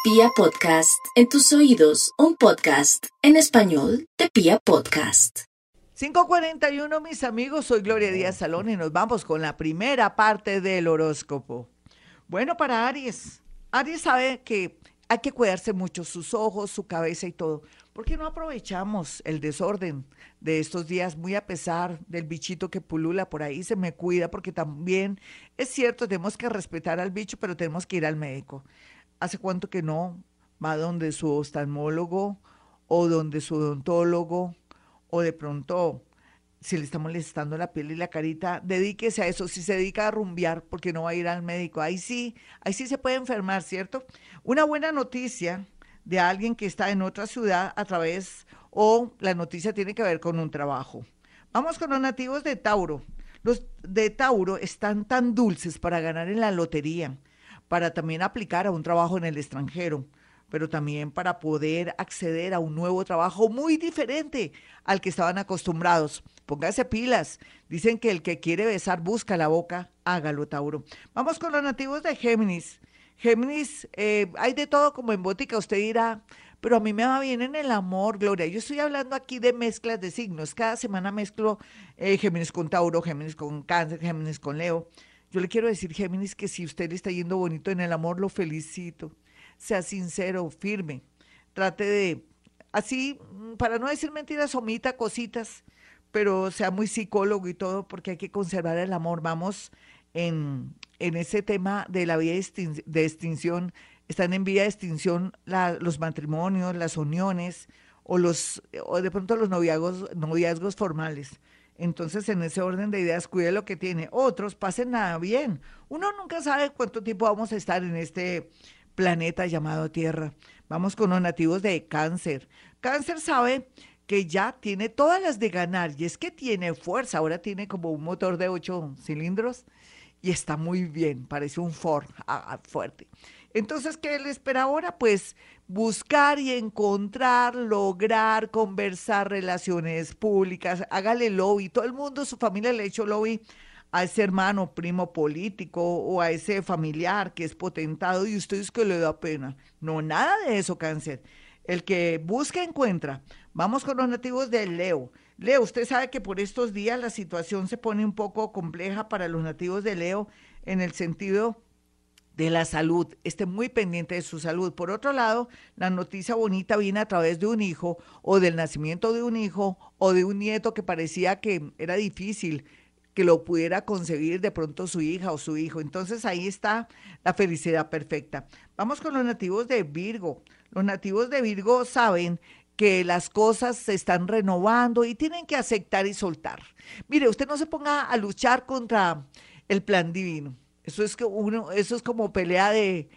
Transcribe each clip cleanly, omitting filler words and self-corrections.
Pia Podcast, en tus oídos, un podcast en español de Pia Podcast. 5:41, mis amigos, soy Gloria Díaz Salón y nos vamos con la primera parte del horóscopo. Bueno, para Aries, Aries sabe que hay que cuidarse mucho sus ojos, su cabeza y todo. ¿Por qué no aprovechamos el desorden de estos días, muy a pesar del bichito que pulula por ahí? Se me cuida porque también es cierto, tenemos que respetar al bicho, pero tenemos que ir al médico. ¿Hace cuánto que no va donde su oftalmólogo o donde su odontólogo o de pronto si le está molestando la piel y la carita, dedíquese a eso? Si se dedica a rumbear, porque no va a ir al médico, ahí sí se puede enfermar, ¿cierto? Una buena noticia de alguien que está en otra ciudad a través, o la noticia tiene que ver con un trabajo. Vamos con los nativos de Tauro. Los de Tauro están tan dulces para ganar en la lotería, para también aplicar a un trabajo en el extranjero, pero también para poder acceder a un nuevo trabajo muy diferente al que estaban acostumbrados. Póngase pilas. Dicen que el que quiere besar busca la boca. Hágalo, Tauro. Vamos con los nativos de Géminis. Géminis, hay de todo como en botica. Usted dirá, pero a mí me va bien en el amor, Gloria. Yo estoy hablando aquí de mezclas de signos. Cada semana mezclo Géminis con Tauro, Géminis con Cáncer, Géminis con Leo. Yo le quiero decir, Géminis, que si usted le está yendo bonito en el amor, lo felicito. Sea sincero, firme. Trate de, así, para no decir mentiras, omita cositas, pero sea muy psicólogo y todo, porque hay que conservar el amor. Vamos en ese tema de la vía de extinción. Están en vía de extinción los matrimonios, las uniones o de pronto los noviazgos formales. Entonces, en ese orden de ideas, cuide lo que tiene. Otros, pasen nada bien. Uno nunca sabe cuánto tiempo vamos a estar en este planeta llamado Tierra. Vamos con los nativos de Cáncer. Cáncer sabe que ya tiene todas las de ganar, y es que tiene fuerza. Ahora tiene como un motor de 8 cilindros y está muy bien, parece un Ford fuerte. Entonces, ¿qué le espera ahora? Pues buscar y encontrar, lograr, conversar, relaciones públicas, hágale lobby. Todo el mundo, su familia le ha hecho lobby a ese hermano, primo político o a ese familiar que es potentado y usted es que le da pena. No, nada de eso, Cáncer. El que busca, encuentra. Vamos con los nativos de Leo. Leo, usted sabe que por estos días la situación se pone un poco compleja para los nativos de Leo en el sentido de la salud. Esté muy pendiente de su salud. Por otro lado, la noticia bonita viene a través de un hijo o del nacimiento de un hijo o de un nieto que parecía que era difícil que lo pudiera concebir de pronto su hija o su hijo. Entonces ahí está la felicidad perfecta. Vamos con los nativos de Virgo. Los nativos de Virgo saben que las cosas se están renovando y tienen que aceptar y soltar. Mire, usted no se ponga a luchar contra el plan divino. Eso es como pelea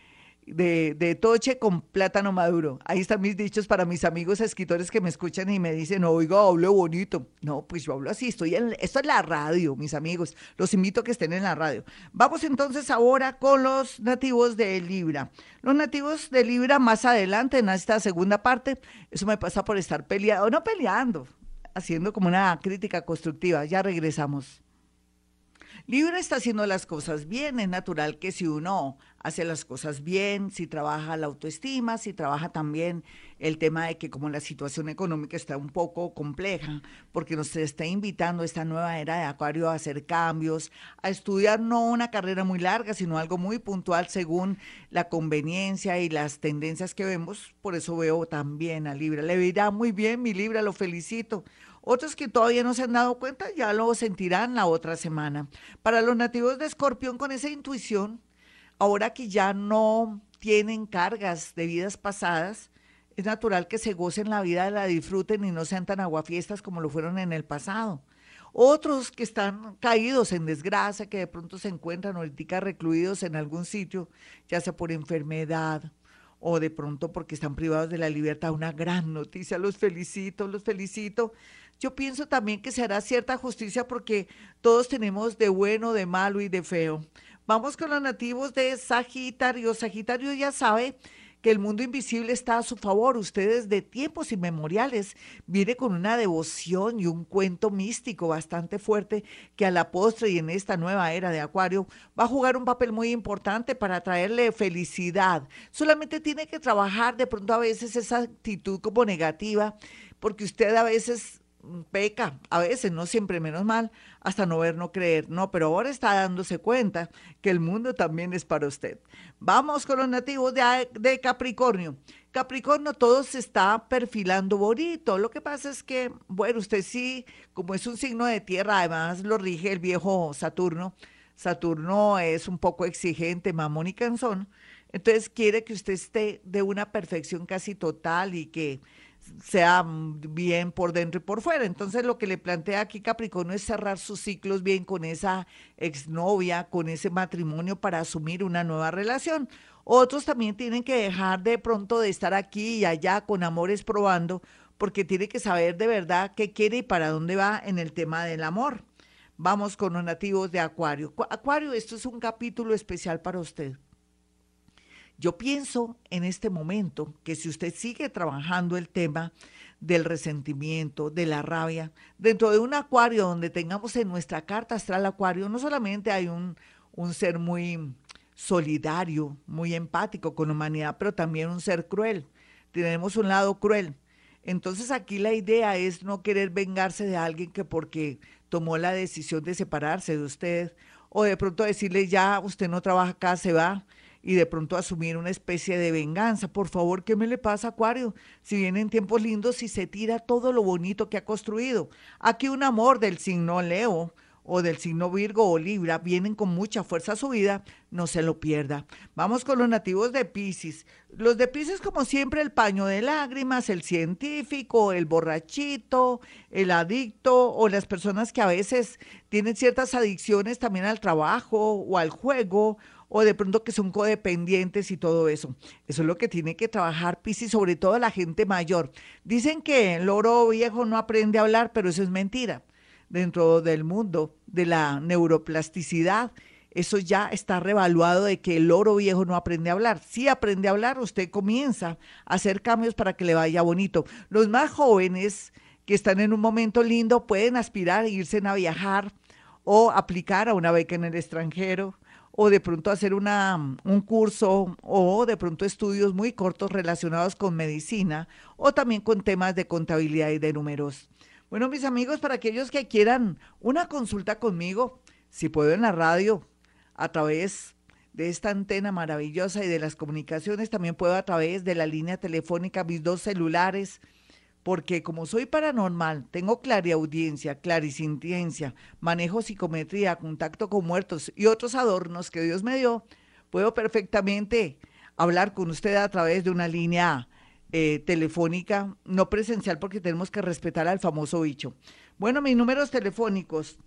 de toche con plátano maduro. Ahí están mis dichos para mis amigos escritores que me escuchan y me dicen, oiga, hablo bonito. No, pues yo hablo así, esto es la radio, mis amigos. Los invito a que estén en la radio. Vamos entonces ahora con los nativos de Libra. Los nativos de Libra más adelante en esta segunda parte, eso me pasa por estar peleando, no peleando, haciendo como una crítica constructiva. Ya regresamos. Libra está haciendo las cosas bien. Es natural que si uno hace las cosas bien, si trabaja la autoestima, si trabaja también el tema de que como la situación económica está un poco compleja, porque nos está invitando esta nueva era de Acuario a hacer cambios, a estudiar no una carrera muy larga, sino algo muy puntual según la conveniencia y las tendencias que vemos. Por eso veo también a Libra. Le irá muy bien, mi Libra, lo felicito. Otros que todavía no se han dado cuenta ya lo sentirán la otra semana. Para los nativos de Escorpión, con esa intuición, ahora que ya no tienen cargas de vidas pasadas, es natural que se gocen la vida, la disfruten y no sean tan aguafiestas como lo fueron en el pasado. Otros que están caídos en desgracia, que de pronto se encuentran ahorita recluidos en algún sitio, ya sea por enfermedad o de pronto porque están privados de la libertad. Una gran noticia, los felicito, los felicito. Yo pienso también que se hará cierta justicia porque todos tenemos de bueno, de malo y de feo. Vamos con los nativos de Sagitario. Sagitario ya sabe que el mundo invisible está a su favor. Ustedes de tiempos inmemoriales viene con una devoción y un cuento místico bastante fuerte que a la postre y en esta nueva era de Acuario va a jugar un papel muy importante para traerle felicidad. Solamente tiene que trabajar de pronto a veces esa actitud como negativa, porque usted a veces peca, a veces, no siempre, menos mal, hasta no ver, no creer, no, pero ahora está dándose cuenta que el mundo también es para usted. Vamos con los nativos de Capricornio. Capricornio, todo se está perfilando bonito, lo que pasa es que, bueno, usted sí, como es un signo de tierra, además lo rige el viejo Saturno. Saturno es un poco exigente, mamón y cansón, entonces quiere que usted esté de una perfección casi total y que sea bien por dentro y por fuera. Entonces lo que le plantea aquí Capricornio es cerrar sus ciclos bien con esa exnovia, con ese matrimonio para asumir una nueva relación. Otros también tienen que dejar de pronto de estar aquí y allá con amores probando, porque tiene que saber de verdad qué quiere y para dónde va en el tema del amor. Vamos con los nativos de Acuario. Acuario, esto es un capítulo especial para usted. Yo pienso en este momento que si usted sigue trabajando el tema del resentimiento, de la rabia, dentro de un acuario donde tengamos en nuestra carta astral acuario, no solamente hay un ser muy solidario, muy empático con la humanidad, pero también un ser cruel. Tenemos un lado cruel. Entonces aquí la idea es no querer vengarse de alguien que porque tomó la decisión de separarse de usted o de pronto decirle ya usted no trabaja acá, se va y de pronto asumir una especie de venganza. Por favor, ¿qué me le pasa, Acuario? Si vienen tiempos lindos y se tira todo lo bonito que ha construido. Aquí un amor del signo Leo o del signo Virgo o Libra vienen con mucha fuerza a su vida, no se lo pierda. Vamos con los nativos de Piscis. Los de Piscis, como siempre, el paño de lágrimas, el científico, el borrachito, el adicto o las personas que a veces tienen ciertas adicciones también al trabajo o al juego o de pronto que son codependientes y todo eso. Eso es lo que tiene que trabajar Piscis, sobre todo la gente mayor. Dicen que el loro viejo no aprende a hablar, pero eso es mentira. Dentro del mundo de la neuroplasticidad, eso ya está revaluado de que el loro viejo no aprende a hablar. Si aprende a hablar, usted comienza a hacer cambios para que le vaya bonito. Los más jóvenes que están en un momento lindo pueden aspirar a irse a viajar o aplicar a una beca en el extranjero o de pronto hacer un curso o de pronto estudios muy cortos relacionados con medicina o también con temas de contabilidad y de números. Bueno, mis amigos, para aquellos que quieran una consulta conmigo, si puedo en la radio, a través de esta antena maravillosa y de las comunicaciones, también puedo a través de la línea telefónica, mis dos celulares, porque como soy paranormal, tengo clariaudiencia, clarisintiencia, manejo psicometría, contacto con muertos y otros adornos que Dios me dio, puedo perfectamente hablar con usted a través de una línea telefónica, no presencial porque tenemos que respetar al famoso bicho. Bueno, mis números telefónicos,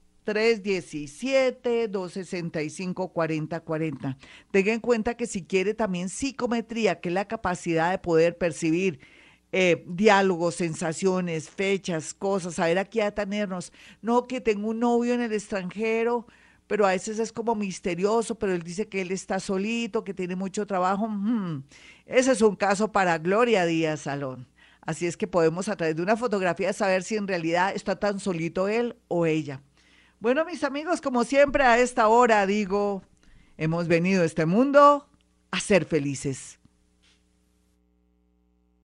317-265-4040. Tenga en cuenta que si quiere también psicometría, que es la capacidad de poder percibir diálogos, sensaciones, fechas, cosas, saber aquí atenernos. No, que tengo un novio en el extranjero, pero a veces es como misterioso, pero él dice que él está solito, que tiene mucho trabajo. Ese es un caso para Gloria Díaz Salón. Así es que podemos a través de una fotografía saber si en realidad está tan solito él o ella. Bueno, mis amigos, como siempre a esta hora digo, hemos venido a este mundo a ser felices.